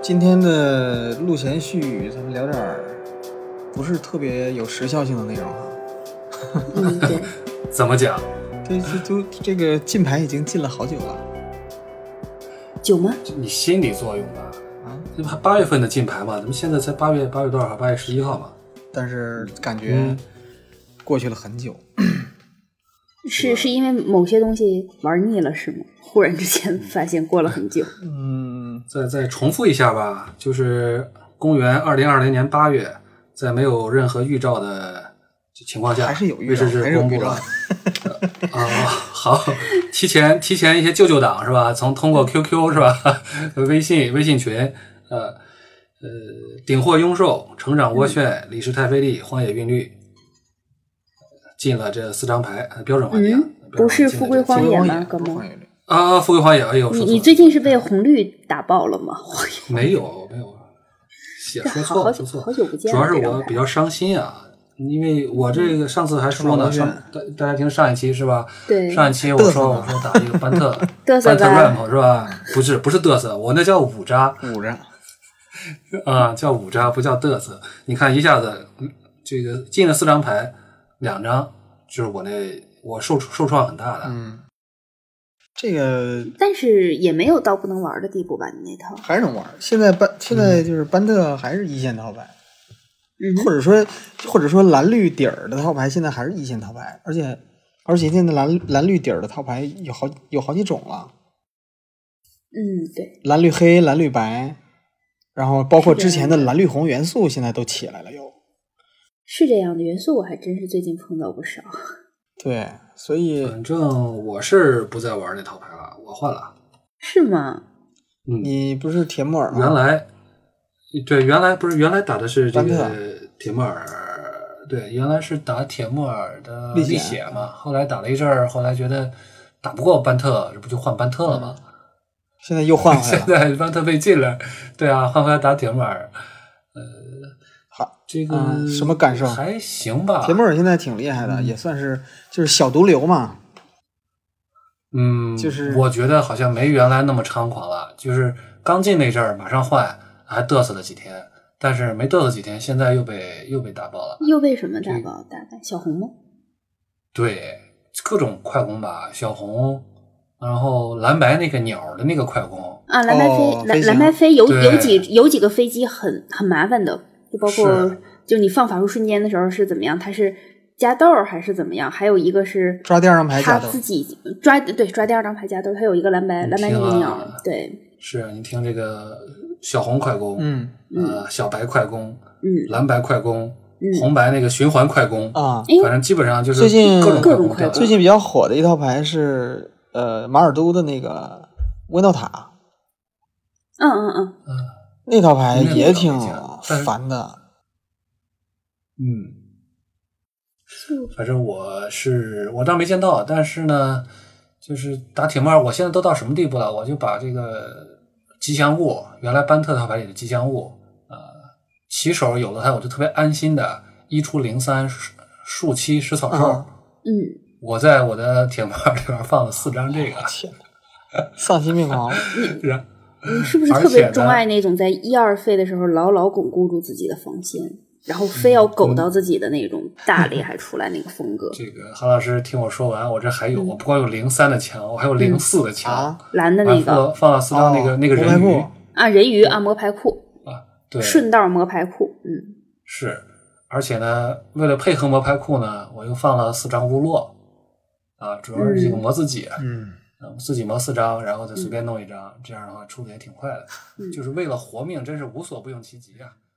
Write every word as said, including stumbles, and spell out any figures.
今天的陆闲絮语，咱们聊点儿不是特别有时效性的内容哈。 嗯，对。 怎么讲？ 对，就就这个禁牌已经禁了好久了。 久吗？ 你心理作用吧。啊，这不八月份的禁牌嘛？咱们现在才八月八月多少号？八月十一号嘛。 但是感觉过去了很久。 嗯、是是因为某些东西玩腻了是吗？忽然之间发现过了很久。 嗯， 再再重复一下吧，就是公元二零二零年八月，在没有任何预兆的情况下， 还是有预兆， 卫视是公布了。啊、哦，好，提前提前一些舅舅党是吧？从通过 Q Q 是吧？微信微信群，呃呃，顶货雍寿、成长涡旋、李氏太妃历、荒野韵律，进了这四张牌，标准环节。 嗯，不是富贵荒野吗？哥们啊，富贵荒野，哎呦， 你你最近是被红绿打爆了吗？ 没有没有，写说错了，说错了， 好久不见了。 主要是我比较伤心啊。因为我这个上次还说呢，上大大家听上一期是吧？ 对， 上一期我说我说打一个班特班特 rap 是吧？不是不是嘚瑟，我那叫五渣五渣啊，叫五渣不叫嘚瑟。你看一下子这个进了四张牌，两张就是我那我受受创很大的。 嗯，这个但是也没有到不能玩的地步吧？你那套还是能玩。现在班现在就是班特还是一线套牌。 嗯、 或者说，或者说蓝绿底儿的套牌现在还是一线套牌，而且而且现在蓝蓝绿底儿的套牌有好有好几种了。 嗯，对， 蓝绿黑、蓝绿白，然后包括之前的蓝绿红元素，现在都起来了又。 是这样的，元素我还真是最近碰到不少。 对，所以反正我是不再玩那套牌了，我换了。 是吗？ 嗯， 你不是铁木尔吗？ 原来。对，原来不是原来打的是这个铁木尔，对，原来是打铁木尔的历险嘛，后来打了一阵儿，后来觉得打不过班特，这不就换班特了吗？ 嗯、现在又换回来了， 现在班特被禁了，对啊，换回来打铁木尔，呃， 好， 这个、 嗯、什么感受？ 还行吧。 铁木尔现在挺厉害的，嗯、也算是就是小毒瘤嘛。 嗯， 就是我觉得好像没原来那么猖狂了，就是刚进那阵儿马上换。还嘚瑟了几天，但是没嘚瑟几天，现在又被又被打爆了。 又被什么打爆？大概小红吗？ 对，各种快攻吧，小红，然后蓝白那个鸟的那个快攻啊，蓝白飞， 哦、 蓝蓝白飞有有几有几个飞机很很麻烦的，就包括就你放法术瞬间的时候是怎么样，它是加豆还是怎么样？还有一个是抓第二张牌加豆， 他自己抓对抓第二张牌加豆，它有一个蓝白蓝白那个鸟，对， 是你听这个。小红快攻， 嗯， 呃，小白快攻， 嗯， 蓝白快攻， 嗯， 红白那个循环快攻啊， 反正基本上就是最近各种各种快攻。 最近比较火的一套牌是呃马尔都的那个温道塔， 嗯嗯嗯， 嗯， 那套牌也挺烦的， 嗯，反正我是我倒没见到，但是呢，就是打铁木尔，我现在都到什么地步了？我就把这个。吉祥物，原来班特套牌里的吉祥物，呃，起手有了它，我就特别安心的，一出零三树七食草兽， 嗯， 我在我的铁木尔里边放了四张这个， 天，丧心病狂， 然你是不是特别钟爱那种在一二费的时候牢牢巩固住自己的防线？然后非要苟到自己的那种大厉害出来那个风格。 这个韩老师听我说完，我这还有，嗯、我不光有零三的枪，我还有零四的枪， 嗯啊、 蓝的那个， 放了四张那个、哦、那个人鱼啊，人鱼啊，魔牌库啊，对， 顺道魔牌库，嗯， 是，而且呢，为了配合魔牌库呢，我又放了四张乌洛啊，主要是这个磨自己， 嗯， 嗯自己磨四张，然后再随便弄一张，嗯、这样的话出的也挺快的， 嗯、 就是为了活命，真是无所不用其极啊。